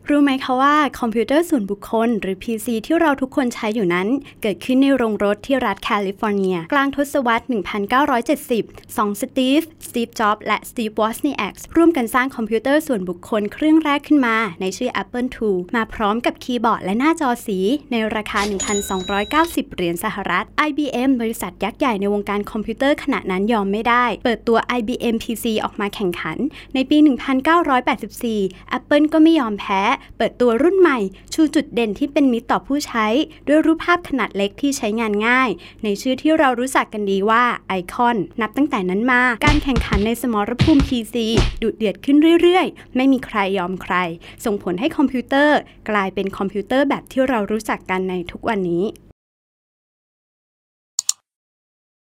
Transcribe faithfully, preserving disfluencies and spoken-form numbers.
รู้ไหมคะว่าคอมพิวเตอร์ส่วนบุคคลหรือ พี ซี ที่เราทุกคนใช้อยู่นั้นเกิดขึ้นในโรงรถที่รัฐแคลิฟอร์เนียกลางทศวรรษ หนึ่งพันเก้าร้อยเจ็ดสิบ สองสตีฟ สตีฟ จ็อบส์ และสตีฟ วอซเนียกร่วมกันสร้างคอมพิวเตอร์ส่วนบุคคลเครื่องแรกขึ้นมาในชื่อ Apple ทู มาพร้อมกับคีย์บอร์ดและหน้าจอสีในราคา หนึ่งพันสองร้อยเก้าสิบ เหรียญสหรัฐ ไอ บี เอ็ม บริษัทยักษ์ใหญ่ในวงการคอมพิวเตอร์ขณะนั้นยอมไม่ได้เปิดตัว ไอ บี เอ็ม พี ซี ออกมาแข่งขันในปี หนึ่งพันเก้าร้อยแปดสิบสี่ Apple ก็ไม่ยอมแพ้เปิดตัวรุ่นใหม่ชูจุดเด่นที่เป็นมิตรต่อผู้ใช้ด้วยรูปภาพขนาดเล็กที่ใช้งานง่ายในชื่อที่เรารู้จักกันดีว่าไอคอนนับตั้งแต่นั้นมาการแข่งขันในสมรภูมิ พี ซี ดุเดือดขึ้นเรื่อยๆไม่มีใครยอมใครส่งผลให้คอมพิวเตอร์กลายเป็นคอมพิวเตอร์แบบที่เรารู้จักกันในทุกวันนี้